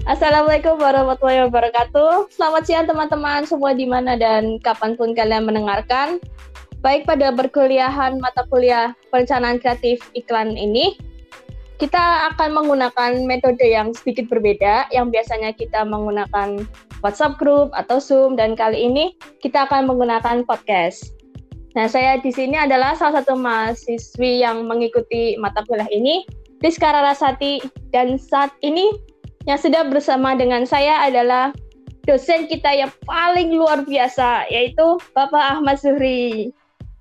Assalamualaikum warahmatullahi wabarakatuh. Selamat siang teman-teman semua di mana dan kapanpun kalian mendengarkan. Baik pada perkuliahan mata kuliah perencanaan kreatif iklan ini, kita akan menggunakan metode yang sedikit berbeda yang biasanya kita menggunakan WhatsApp group atau Zoom, dan kali ini kita akan menggunakan podcast. Nah, saya di sini adalah salah satu mahasiswi yang mengikuti mata kuliah ini, Rizka Rarasati, dan saat ini yang sudah bersama dengan saya adalah dosen kita yang paling luar biasa, yaitu Bapak Ahmad Zuhri.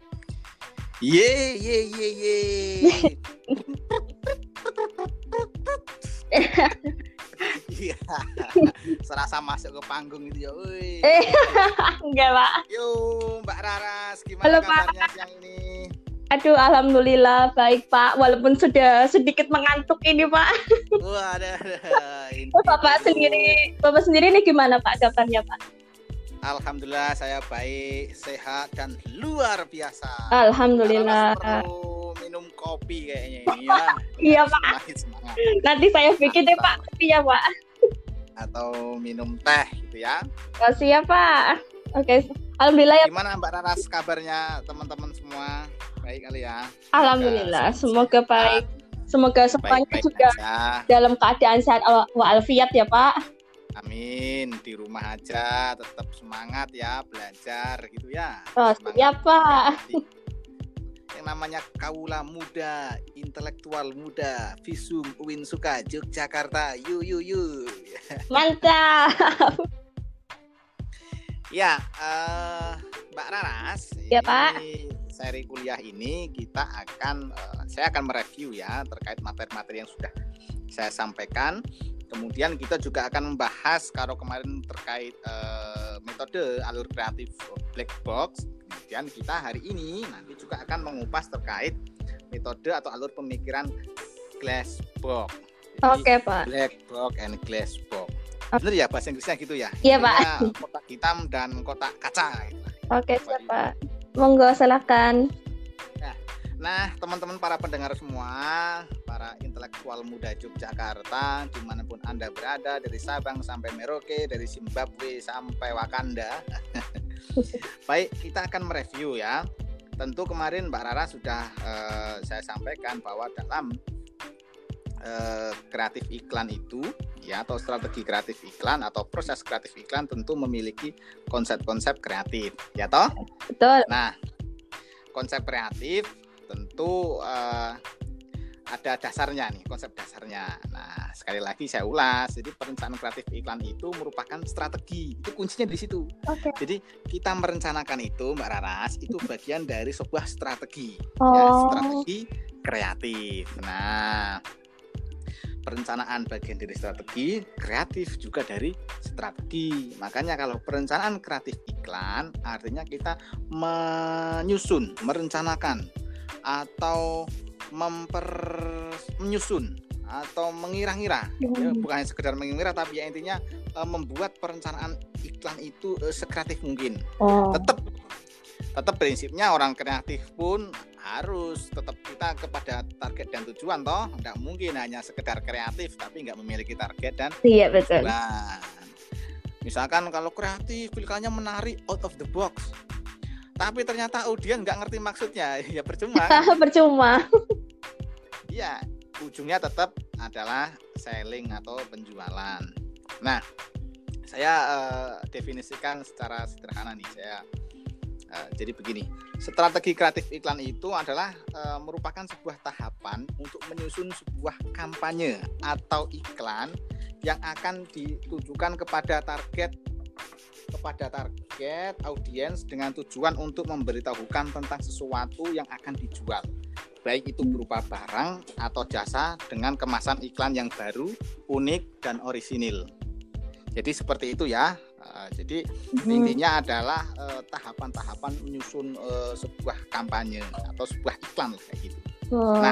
Ye. Iya. Serasa masuk ke panggung itu ya. Enggak, Pak. Yo, Mbak Raras, gimana Halo, kabarnya Pak. siang ini? Aduh, alhamdulillah baik, Pak. Walaupun sudah sedikit mengantuk ini, Pak. Wah, ada. Bapak sendiri nih gimana, Pak? Kabarnya, Pak? Alhamdulillah saya baik, sehat dan luar biasa. Alhamdulillah. Mbak Raras perlu minum kopi kayaknya ini ya. Iya, Pak. Semangat. Nanti saya bikin deh, Pak. Iya, Pak. Atau minum teh gitu ya. Oh, siap, Pak. Oke. Alhamdulillah ya. Gimana Mbak Raras kabarnya teman-teman semua? Baik kali ya. Alhamdulillah, semoga baik. Semoga semuanya Baik-baik juga aja. dalam keadaan sehat walafiat ya, Pak. Amin. Di rumah aja tetap semangat ya belajar gitu ya. Oh, Semangat siap, Pak. yang namanya kaula muda, intelektual muda, Visum Uin Suka Yogyakarta. Yu. Mantap. Ya, Mbak Raras. Ya, Pak. Seri kuliah ini saya akan mereview ya terkait materi-materi yang sudah saya sampaikan. Kemudian kita juga akan membahas kalau kemarin terkait metode alur kreatif black box. Kemudian kita hari ini nanti juga akan mengupas terkait metode atau alur pemikiran glass box. Oke, Pak. Black box and glass box. Bener ya bahasa Inggrisnya gitu ya? Iya, Pak. Kotak hitam dan kotak kaca. Gitu. Oke, siap, Pak. Monggo, silakan. Nah, teman-teman para pendengar semua, para intelektual muda Yogyakarta, dimanapun Anda berada, dari Sabang sampai Merauke, dari Zimbabwe sampai Wakanda. Baik, kita akan mereview ya. Tentu kemarin Mbak Rara sudah saya sampaikan bahwa dalam kreatif iklan itu, ya, atau strategi kreatif iklan atau proses kreatif iklan tentu memiliki konsep-konsep kreatif, ya toh? Betul. Nah, konsep kreatif tentu ada dasarnya nih, konsep dasarnya. Nah, sekali lagi saya ulas, jadi perencanaan kreatif iklan itu merupakan strategi, itu kuncinya di situ. Oke. Jadi kita merencanakan itu, Mbak Raras, itu bagian dari sebuah strategi, Oh. ya, strategi kreatif. Nah, perencanaan bagian dari strategi, kreatif juga dari strategi. Makanya kalau perencanaan kreatif iklan, artinya kita menyusun, merencanakan, atau menyusun atau mengira-ngira, ya, bukan hanya sekedar mengira, tapi ya intinya membuat perencanaan iklan itu sekreatif mungkin. Oh. Tetap prinsipnya orang kreatif pun harus tetap kita kepada target dan tujuan toh. Nggak mungkin hanya sekedar kreatif tapi nggak memiliki target dan Iya, betul. tujuan. Misalkan kalau kreatif iklannya menarik out of the box, tapi ternyata audiens nggak ngerti maksudnya, ya percuma. Percuma. Iya, ujungnya tetap adalah selling atau penjualan. Nah, saya definisikan secara sederhana nih. Jadi begini, strategi kreatif iklan itu adalah merupakan sebuah tahapan untuk menyusun sebuah kampanye atau iklan yang akan ditujukan kepada target audiens dengan tujuan untuk memberitahukan tentang sesuatu yang akan dijual, baik itu berupa barang atau jasa dengan kemasan iklan yang baru, unik, dan orisinil. Jadi seperti itu ya. Jadi intinya adalah tahapan-tahapan menyusun sebuah kampanye atau sebuah iklan kayak gitu. Nah,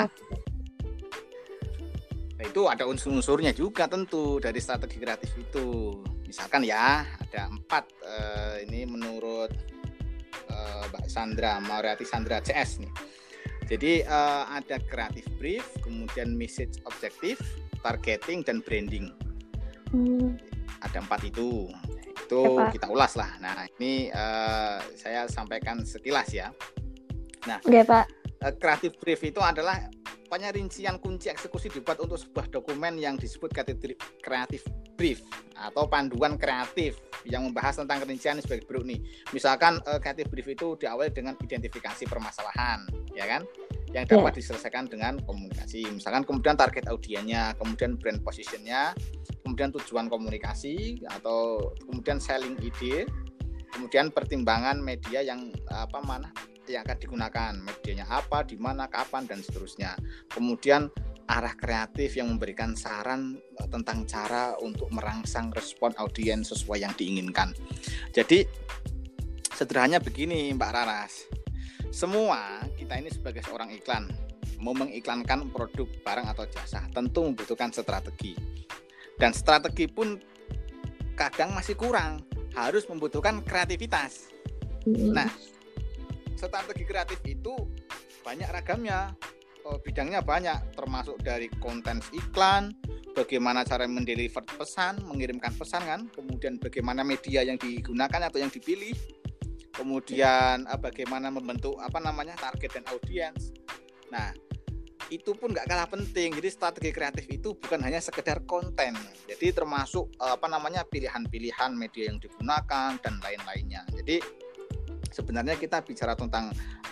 itu ada unsur-unsurnya juga tentu dari strategi kreatif itu. Misalkan ya ada 4 ini menurut Mbak Sandra Mauriati Sandra CS nih. Jadi ada creative brief, kemudian message objektif, targeting, dan branding. Ada 4 itu Ya, Pak. kita ulas lah. Nah ini saya sampaikan sekilas ya. Nah Oke, Pak. creative brief itu adalah rincian kunci eksekusi dibuat untuk sebuah dokumen yang disebut creative brief atau panduan kreatif yang membahas tentang rincian sebagai berikut nih. Misalkan creative brief itu diawali dengan identifikasi permasalahan, ya kan? Yang dapat diselesaikan dengan komunikasi. Misalkan kemudian target audiennya, kemudian brand positionnya, kemudian tujuan komunikasi atau kemudian selling ide, kemudian pertimbangan media yang yang akan digunakan, medianya apa, di mana, kapan, dan seterusnya. Kemudian arah kreatif yang memberikan saran tentang cara untuk merangsang respon audiens sesuai yang diinginkan. Jadi sederhananya begini Mbak Raras, semua kita ini sebagai seorang iklan mau mengiklankan produk, barang atau jasa tentu membutuhkan strategi, dan strategi pun kadang masih kurang, harus membutuhkan kreativitas. Nah, strategi kreatif itu banyak ragamnya, bidangnya banyak, termasuk dari konten iklan, bagaimana cara mendeliver pesan, mengirimkan pesan kan, kemudian bagaimana media yang digunakan atau yang dipilih, kemudian bagaimana membentuk target dan audiens. Nah, itu pun nggak kalah penting. Jadi strategi kreatif itu bukan hanya sekedar konten, jadi termasuk pilihan-pilihan media yang digunakan dan lain-lainnya. Jadi sebenarnya kita bicara tentang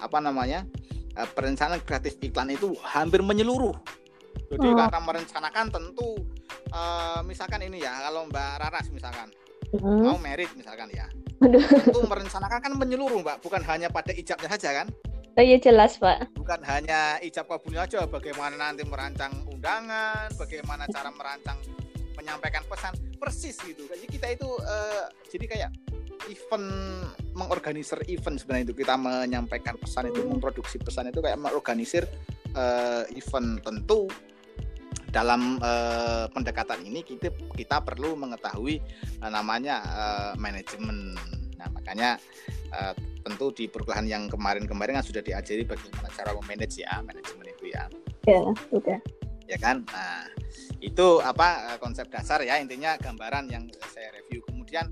perencanaan kreatif iklan itu hampir menyeluruh. Jadi karena merencanakan tentu misalkan ini ya, kalau Mbak Raras misalkan mau merit misalkan ya, tentu merencanakan kan menyeluruh Mbak, bukan hanya pada ijabnya saja kan. Oh iya jelas Pak. Bukan hanya ijab kabulnya aja, bagaimana nanti merancang undangan, bagaimana cara merancang menyampaikan pesan, persis gitu. Jadi kita itu jadi kayak event, mengorganisir event sebenarnya itu, kita menyampaikan pesan itu, memproduksi pesan itu kayak mengorganisir event. Tentu dalam pendekatan ini kita perlu mengetahui namanya manajemen. Nah makanya tentu di perkuliahan yang kemarin kan sudah diajari bagaimana cara memanage ya, manajemen itu ya. Ya, sudah. Ya kan. Nah itu konsep dasar ya, intinya gambaran yang saya review. Kemudian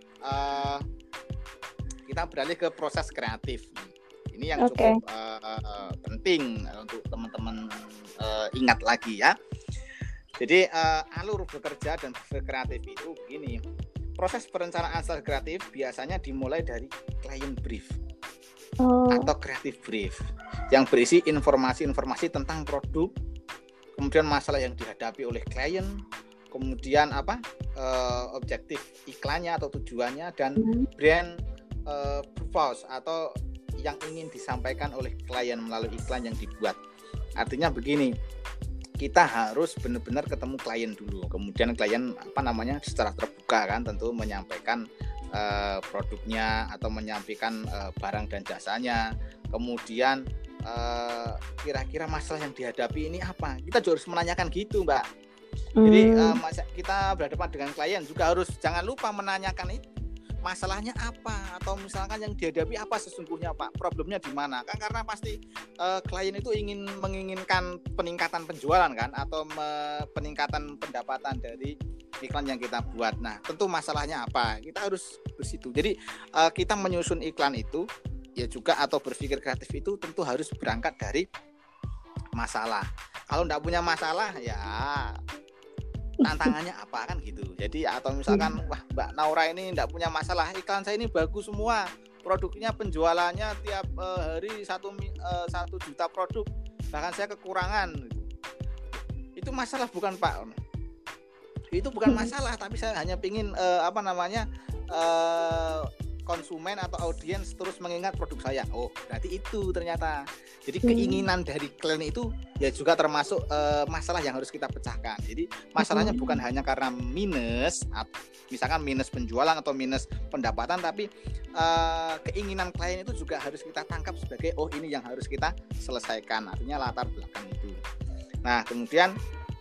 kita beralih ke proses kreatif. Ini yang cukup penting untuk teman-teman ingat lagi ya. Jadi alur bekerja dan berkreatif itu begini. Proses perencanaan strategi kreatif biasanya dimulai dari client brief atau creative brief yang berisi informasi-informasi tentang produk, kemudian masalah yang dihadapi oleh klien, kemudian objektif iklannya atau tujuannya, dan brand purpose atau yang ingin disampaikan oleh klien melalui iklan yang dibuat. Artinya begini, kita harus benar-benar ketemu klien dulu, kemudian klien secara terbuka kan tentu menyampaikan produknya atau menyampaikan barang dan jasanya, kemudian kira-kira masalah yang dihadapi ini apa, kita juga harus menanyakan gitu Mbak. Jadi kita berhadapan dengan klien juga harus jangan lupa menanyakan itu masalahnya apa, atau misalkan yang dihadapi apa sesungguhnya Pak, problemnya di mana kan, karena pasti klien itu menginginkan peningkatan penjualan kan, atau peningkatan pendapatan dari iklan yang kita buat. Nah tentu masalahnya apa, kita harus bersitu. Jadi kita menyusun iklan itu ya juga, atau berpikir kreatif itu tentu harus berangkat dari masalah. Kalau enggak punya masalah ya tantangannya apa kan gitu. Jadi atau misalkan wah Mbak Naura ini enggak punya masalah, iklan saya ini bagus semua, produknya penjualannya tiap hari 1 juta produk, bahkan saya kekurangan. Itu masalah bukan Pak, itu bukan masalah, tapi saya hanya pingin konsumen atau audiens terus mengingat produk saya. Oh berarti itu ternyata. Jadi keinginan dari klien itu ya juga termasuk masalah yang harus kita pecahkan. Jadi masalahnya bukan hanya karena minus, misalkan minus penjualan atau minus pendapatan, tapi keinginan klien itu juga harus kita tangkap sebagai oh ini yang harus kita selesaikan. Artinya latar belakang itu. Nah kemudian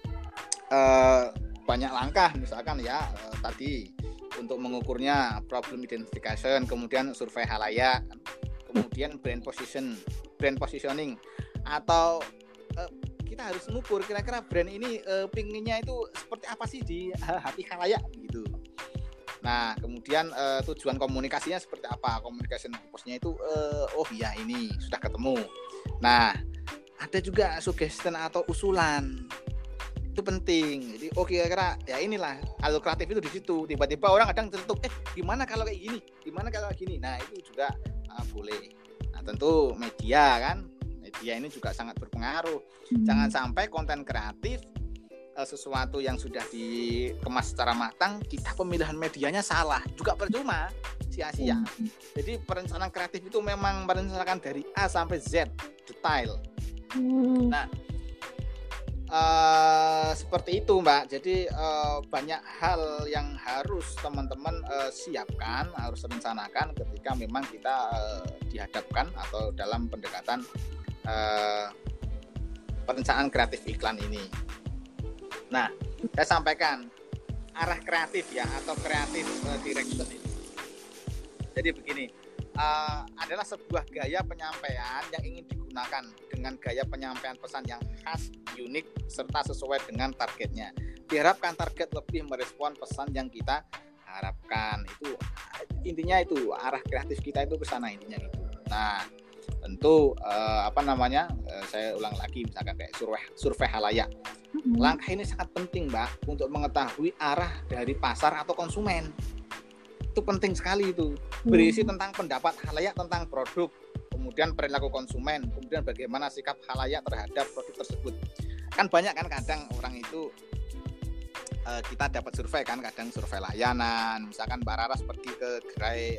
banyak langkah misalkan ya tadi untuk mengukurnya, problem identification, kemudian survei halayak, kemudian brand positioning, atau kita kita harus mengukur kira-kira brand ini pinginnya itu seperti apa sih di hati khalayak gitu. Nah, kemudian tujuan komunikasinya seperti apa? Communication purpose-nya itu oh ya ini sudah ketemu. Nah, ada juga suggestion atau usulan. Itu penting. Jadi kira-kira ya inilah alur kreatif itu di situ. Tiba-tiba orang kadang tertutup, gimana kalau kayak gini? Gimana kalau kayak gini? Nah, itu juga boleh. Nah, tentu media kan. Media ini juga sangat berpengaruh. Jangan sampai konten kreatif sesuatu yang sudah dikemas secara matang, kita pemilihan medianya salah, juga percuma, sia-sia. Jadi perencanaan kreatif itu memang merencanakan dari A sampai Z detail. Nah, seperti itu Mbak. Jadi banyak hal yang harus teman-teman siapkan, harus rencanakan ketika memang kita dihadapkan atau dalam pendekatan perencanaan kreatif iklan ini. Nah, saya sampaikan arah kreatif ya, atau kreatif direction ini. Jadi begini, adalah sebuah gaya penyampaian yang ingin digunakan dengan gaya penyampaian pesan yang khas, unik, serta sesuai dengan targetnya. Diharapkan target lebih merespon pesan yang kita harapkan. Itu intinya, itu arah kreatif kita itu ke sana intinya gitu. Nah, tentu saya ulang lagi, misalkan kayak survei khalayak. Langkah ini sangat penting Mbak untuk mengetahui arah dari pasar atau konsumen. Itu penting sekali itu. Berisi tentang pendapat khalayak tentang produk, kemudian perilaku konsumen, kemudian bagaimana sikap khalayak terhadap produk tersebut. Kan banyak kan kadang orang itu kita dapat survei kan, kadang survei layanan, misalkan Mbak Raras pergi ke gerai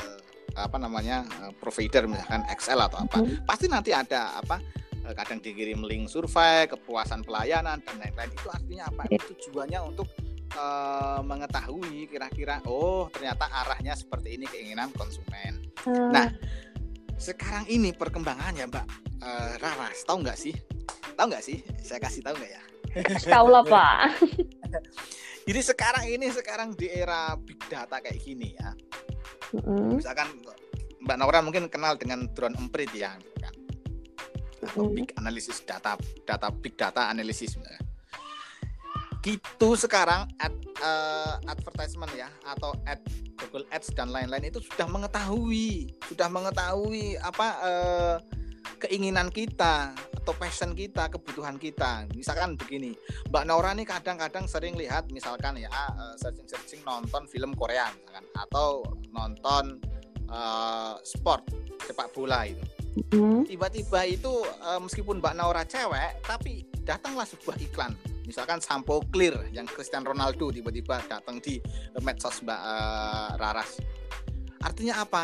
provider misalkan XL atau apa, pasti nanti ada kadang dikirim link survei, kepuasan pelayanan dan lain-lain. Itu artinya apa? Itu tujuannya untuk mengetahui kira-kira ternyata arahnya seperti ini keinginan konsumen. Nah, sekarang ini perkembangannya Mbak Raras, tahu nggak sih? Saya kasih tahu nggak ya? Tahu lah Pak. Jadi sekarang di era big data kayak gini ya. Misalkan Mbak Nora mungkin kenal dengan drone emprit ya, kan? Atau big analisis data big data analisis. Gitu sekarang advertisement ya, atau Google Ads dan lain-lain itu sudah mengetahui keinginan kita atau passion kita, kebutuhan kita. Misalkan begini, Mbak Nora nih kadang-kadang sering lihat misalkan ya searching nonton film Korea misalkan, atau nonton sport sepak bola itu. Tiba-tiba itu meskipun Mbak Nora cewek, tapi datanglah sebuah iklan. Misalkan sampo clear yang Cristiano Ronaldo tiba-tiba datang di medsos Mbak Raras. Artinya apa?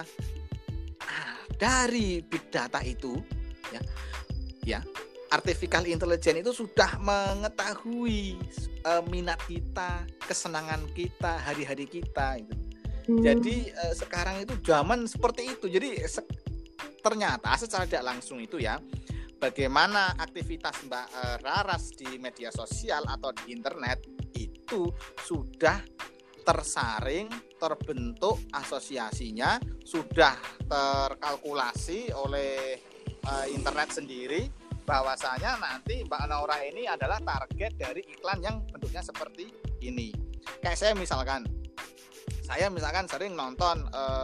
Dari big data itu ya artificial intelligence itu sudah mengetahui minat kita, kesenangan kita, hari-hari kita itu. Jadi sekarang itu zaman seperti itu. Jadi ternyata secara tidak langsung itu ya, bagaimana aktivitas Mbak Raras di media sosial atau di internet itu sudah tersaring, terbentuk asosiasinya, sudah terkalkulasi oleh internet sendiri, bahwasanya nanti Mbak Nora ini adalah target dari iklan yang bentuknya seperti ini. Kayak saya misalkan sering nonton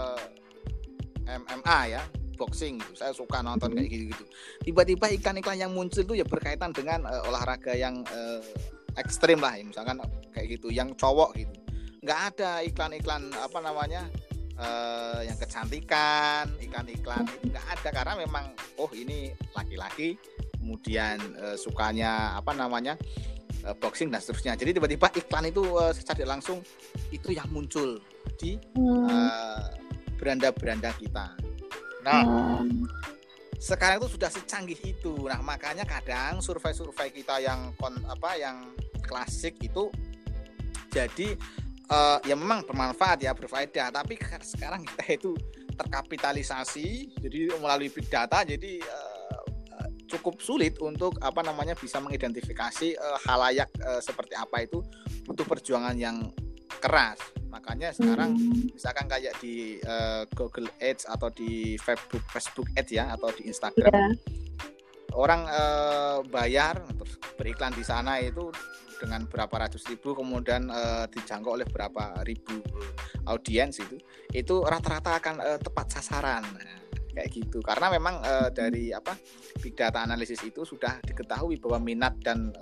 MMA ya, boxing gitu. Saya suka nonton kayak gitu. Tiba-tiba iklan-iklan yang muncul itu ya berkaitan dengan olahraga yang ekstrim lah ya, misalkan kayak gitu, yang cowok gitu. Nggak ada iklan-iklan yang kecantikan, iklan-iklan itu nggak ada, karena memang ini laki-laki, kemudian sukanya boxing dan seterusnya. Jadi tiba-tiba iklan itu secara langsung itu yang muncul di beranda-beranda kita. Nah, sekarang itu sudah secanggih itu. Nah, makanya kadang survei-survei kita yang klasik itu jadi ya memang bermanfaat ya, berfaedah, tapi sekarang kita itu terkapitalisasi jadi melalui big data, jadi cukup sulit untuk bisa mengidentifikasi khalayak seperti apa itu, butuh perjuangan yang keras. Makanya sekarang misalkan kayak di Google Ads atau di Facebook Ads ya, atau di Instagram, orang bayar terus beriklan di sana itu dengan berapa ratus ribu, kemudian dijangkau oleh berapa ribu audiens, itu rata-rata akan tepat sasaran. Nah, kayak gitu, karena memang dari big data analisis itu sudah diketahui bahwa minat dan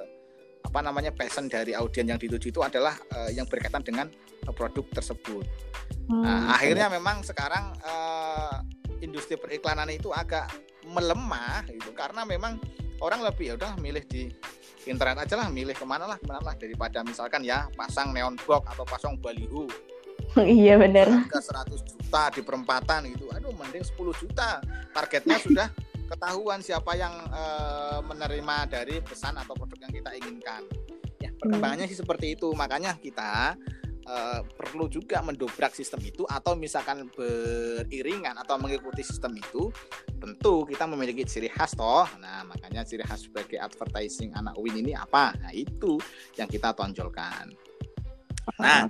passion dari audiens yang dituju itu adalah yang berkaitan dengan produk tersebut. Nah, akhirnya memang sekarang industri periklanan itu agak melemah gitu, karena memang orang lebih ya udah milih di internet aja lah, milih kemana lah daripada misalkan ya pasang neon box atau pasang baliho. Iya benar. Harga 100 juta di perempatan gitu. Aduh, mending 10 juta. Targetnya sudah ketahuan siapa yang menerima dari pesan atau produk yang kita inginkan. Ya, perkembangannya sih seperti itu. Makanya kita perlu juga mendobrak sistem itu, atau misalkan beriringan atau mengikuti sistem itu, tentu kita memiliki ciri khas toh. Nah, makanya ciri khas sebagai advertising anak UIN ini apa? Nah, itu yang kita tonjolkan. Nah,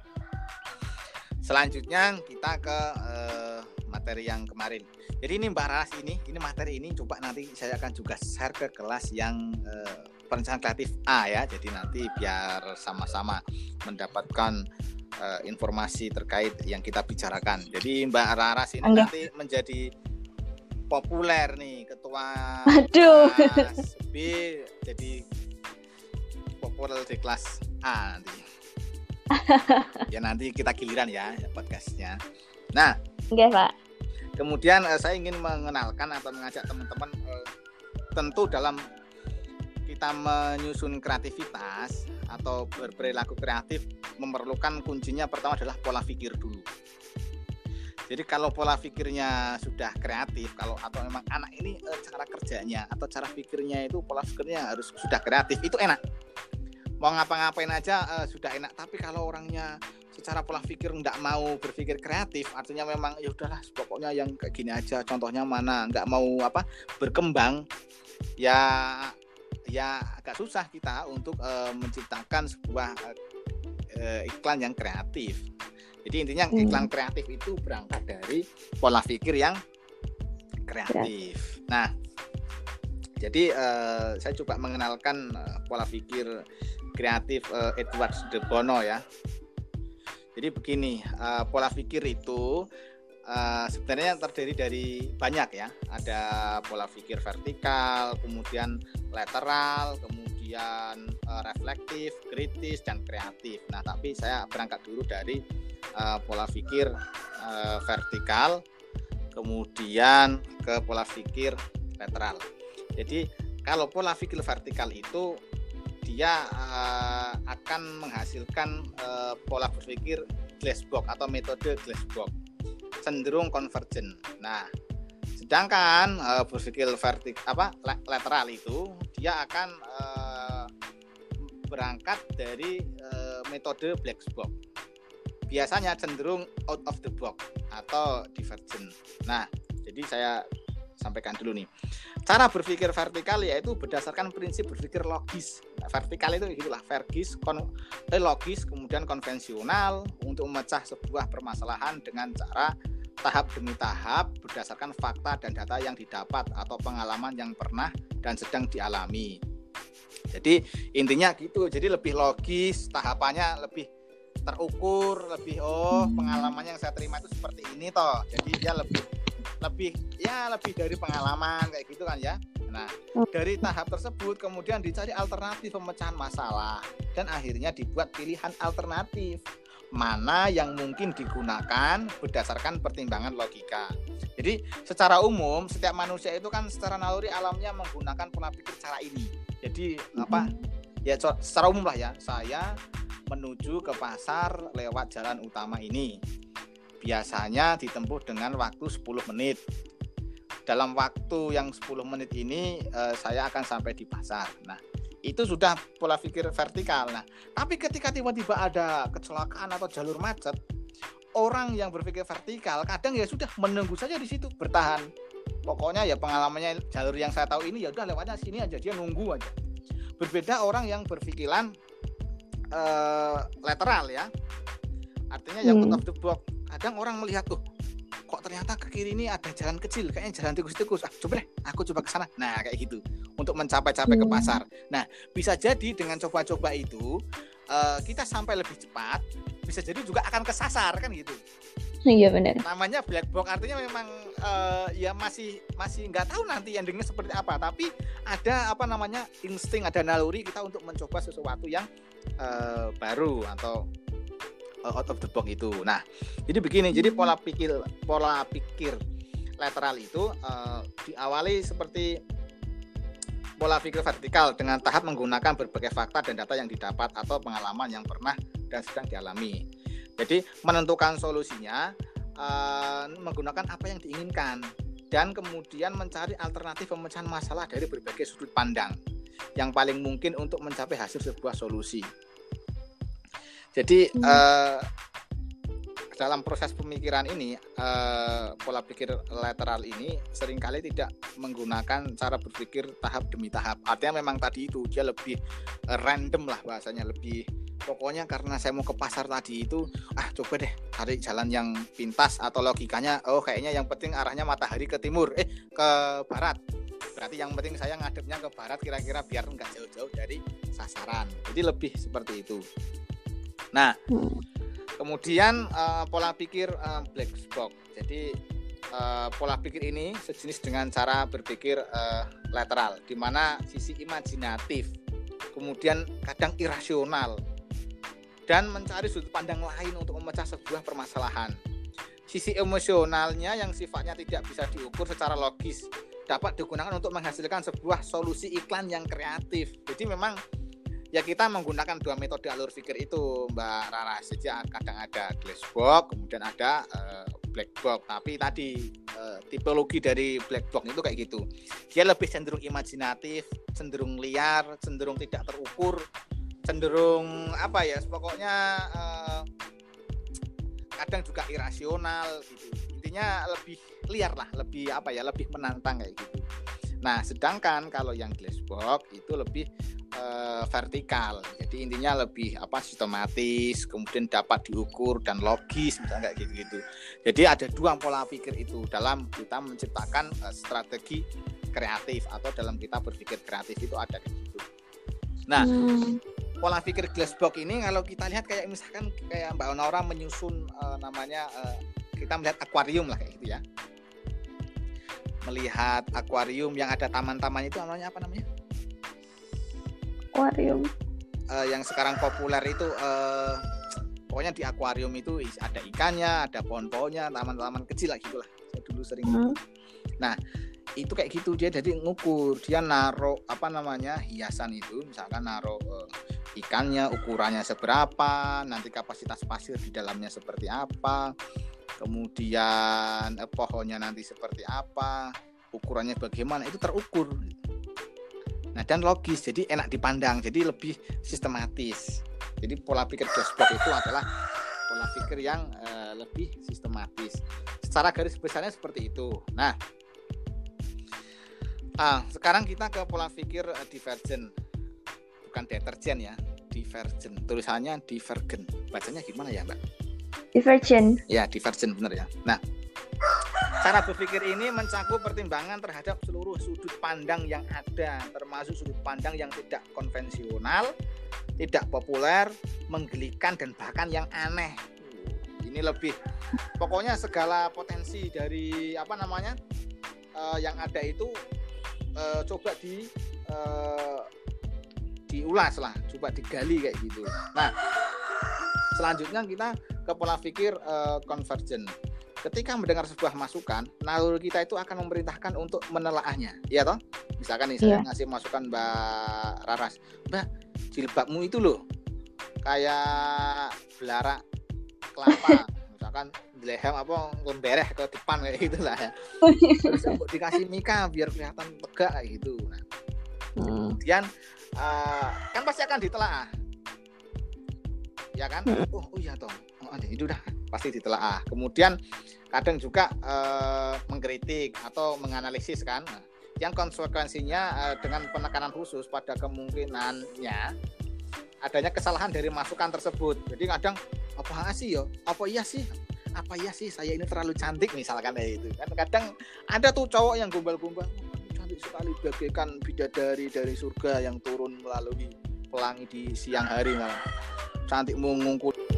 selanjutnya kita ke materi yang kemarin. Jadi ini Mbak Raras, ini materi ini coba nanti saya akan juga share ke kelas yang perencanaan kreatif A ya. Jadi nanti biar sama-sama mendapatkan informasi terkait yang kita bicarakan. Jadi Mbak Raras ini nanti menjadi populer nih, ketua kelas B jadi populer di kelas A nanti. Ya nanti kita giliran ya podcastnya. Nah, oke Pak. Kemudian saya ingin mengenalkan atau mengajak teman-teman, tentu dalam kita menyusun kreativitas atau berperilaku kreatif memerlukan kuncinya pertama adalah pola pikir dulu. Jadi kalau pola pikirnya sudah kreatif, atau memang anak ini cara kerjanya atau cara pikirnya itu pola pikirnya harus sudah kreatif, itu enak. Mau ngapa-ngapain aja sudah enak. Tapi kalau orangnya secara pola pikir nggak mau berpikir kreatif, artinya memang ya udahlah pokoknya yang kayak gini aja, contohnya mana, nggak mau berkembang, ya agak susah kita untuk menciptakan sebuah iklan yang kreatif. Jadi intinya iklan kreatif itu berangkat dari pola pikir yang kreatif. Nah, jadi saya coba mengenalkan pola pikir kreatif Edward de Bono ya. Jadi begini, pola pikir itu sebenarnya terdiri dari banyak ya. Ada pola pikir vertikal, kemudian lateral, kemudian reflektif, kritis, dan kreatif. Nah, tapi saya berangkat dulu dari pola pikir vertikal, kemudian ke pola pikir lateral. Jadi kalau pola pikir vertikal itu dia akan menghasilkan pola berpikir glass box atau metode glass box, cenderung konvergen. Nah, sedangkan berpikir lateral itu dia akan berangkat dari metode black box, biasanya cenderung out of the box atau divergent. Nah, jadi saya sampaikan dulu nih. Cara berpikir vertikal yaitu berdasarkan prinsip berpikir logis. Nah, vertikal itu gitulah, logis, kemudian konvensional untuk memecah sebuah permasalahan dengan cara tahap demi tahap berdasarkan fakta dan data yang didapat atau pengalaman yang pernah dan sedang dialami. Jadi intinya gitu. Jadi lebih logis, tahapannya lebih terukur, lebih pengalamannya yang saya terima itu seperti ini toh. Jadi dia lebih dari pengalaman kayak gitu kan ya. Nah, dari tahap tersebut kemudian dicari alternatif pemecahan masalah dan akhirnya dibuat pilihan alternatif mana yang mungkin digunakan berdasarkan pertimbangan logika. Jadi secara umum setiap manusia itu kan secara naluri alamnya menggunakan pola pikir cara ini. Jadi ya secara umum lah ya, saya menuju ke pasar lewat jalan utama ini. Biasanya ditempuh dengan waktu 10 menit. Dalam waktu yang 10 menit ini saya akan sampai di pasar. Nah, itu sudah pola pikir vertikal. Nah, tapi ketika tiba-tiba ada kecelakaan atau jalur macet, orang yang berpikir vertikal kadang ya sudah menunggu saja di situ, bertahan. Pokoknya ya pengalamannya jalur yang saya tahu ini ya udah lewatnya sini aja, dia nunggu aja. Berbeda orang yang berpikiran lateral ya. Artinya yang out of the box. Kadang orang melihat kok ternyata ke kiri ini ada jalan kecil, kayaknya jalan tikus-tikus. Coba deh, aku coba ke sana. Nah, kayak gitu. Untuk mencapai-capai ke pasar. Nah, bisa jadi dengan coba-coba itu kita sampai lebih cepat, bisa jadi juga akan kesasar kan gitu. Iya benar. Namanya black box, artinya memang ya masih nggak tahu nanti endingnya seperti apa. Tapi ada insting, ada naluri kita untuk mencoba sesuatu yang baru atau out of the box itu. Nah, jadi begini. Jadi pola pikir lateral itu diawali seperti pola pikir vertikal dengan tahap menggunakan berbagai fakta dan data yang didapat atau pengalaman yang pernah dan sedang dialami. Jadi menentukan solusinya menggunakan apa yang diinginkan dan kemudian mencari alternatif pemecahan masalah dari berbagai sudut pandang yang paling mungkin untuk mencapai hasil sebuah solusi. Jadi dalam proses pemikiran ini pola pikir lateral ini seringkali tidak menggunakan cara berpikir tahap demi tahap. Artinya memang tadi itu dia lebih random lah bahasanya, lebih pokoknya karena saya mau ke pasar tadi itu coba deh cari jalan yang pintas atau logikanya kayaknya yang penting arahnya matahari ke timur ke barat. Berarti yang penting saya ngadepnya ke barat kira-kira biar enggak jauh-jauh dari sasaran. Jadi lebih seperti itu. Nah, kemudian pola pikir black box. Jadi pola pikir ini sejenis dengan cara berpikir lateral, di mana sisi imajinatif, kemudian kadang irasional, dan mencari sudut pandang lain untuk memecah sebuah permasalahan. Sisi emosionalnya yang sifatnya tidak bisa diukur secara logis dapat digunakan untuk menghasilkan sebuah solusi iklan yang kreatif. Jadi memang ya kita menggunakan dua metode alur pikir itu, Mbak Raras. Jadi kadang ada glass box, kemudian ada black box. Tapi tadi tipologi dari black box itu kayak gitu. Dia lebih cenderung imajinatif, cenderung liar, cenderung tidak terukur, cenderung pokoknya kadang juga irasional gitu. Intinya lebih liar lah, lebih lebih menantang kayak gitu. Nah, sedangkan kalau yang glass box itu lebih vertikal. Jadi intinya lebih sistematis, kemudian dapat diukur dan logis misalnya kayak gitu-gitu. Jadi ada dua pola pikir itu dalam kita menciptakan strategi kreatif atau dalam kita berpikir kreatif itu ada kayak gitu. Nah, pola pikir glass box ini kalau kita lihat kayak misalkan kayak Mbak Nora menyusun kita melihat akuarium lah kayak gitu ya. Melihat akuarium yang ada taman-taman itu namanya apa namanya? Akuarium. Yang sekarang populer itu pokoknya di akuarium itu ada ikannya, ada pohon-pohonnya, taman-taman kecil lah gitulah. Saya dulu sering. Nah, itu kayak gitu dia jadi ngukur, dia naruh hiasan itu, misalkan naruh ikannya ukurannya seberapa, nanti kapasitas pasir di dalamnya seperti apa, kemudian pohonnya nanti seperti apa, ukurannya bagaimana, itu terukur. Nah, dan logis, jadi enak dipandang, jadi lebih sistematis. Jadi pola pikir glass box itu adalah pola pikir yang lebih sistematis. Secara garis besarnya seperti itu. Nah, sekarang kita ke pola pikir divergen, bukan deterjen ya, divergen. Tulisannya divergen. Bacanya gimana ya, Mbak? Divergen. Ya, divergen benar ya. Nah, cara berpikir ini mencakup pertimbangan terhadap seluruh sudut pandang yang ada, termasuk sudut pandang yang tidak konvensional, tidak populer, menggelikan, dan bahkan yang aneh. Ini lebih, pokoknya segala potensi dari yang ada itu coba diulas lah, coba digali kayak gitu. Nah, selanjutnya kita ke pola pikir konvergen. Ketika mendengar sebuah masukan, naluri kita itu akan memerintahkan untuk menelaahnya, ya toh? Misalkan nih saya ngasih masukan Mbak Raras, Mbak, jilbabmu itu loh kayak belarak kelapa, misalkan lehem lembereh ke depan kayak gitulah ya. Terus dikasih mika biar kelihatan tegak kayak gitu. Nah, kemudian kan pasti akan ditelaah, ya kan? Oh iya toh, itu udah pasti ditelaah. Kemudian kadang juga mengkritik atau menganalisis kan, yang konsekuensinya dengan penekanan khusus pada kemungkinannya adanya kesalahan dari masukan tersebut. Jadi kadang apa iya sih apa ya sih saya ini terlalu cantik misalkan kayak gitu kan. Kadang ada tuh cowok yang gombal-gombal, cantik sekali bagaikan bidadari dari surga yang turun melalui pelangi di siang hari malah. Cantik mengungkul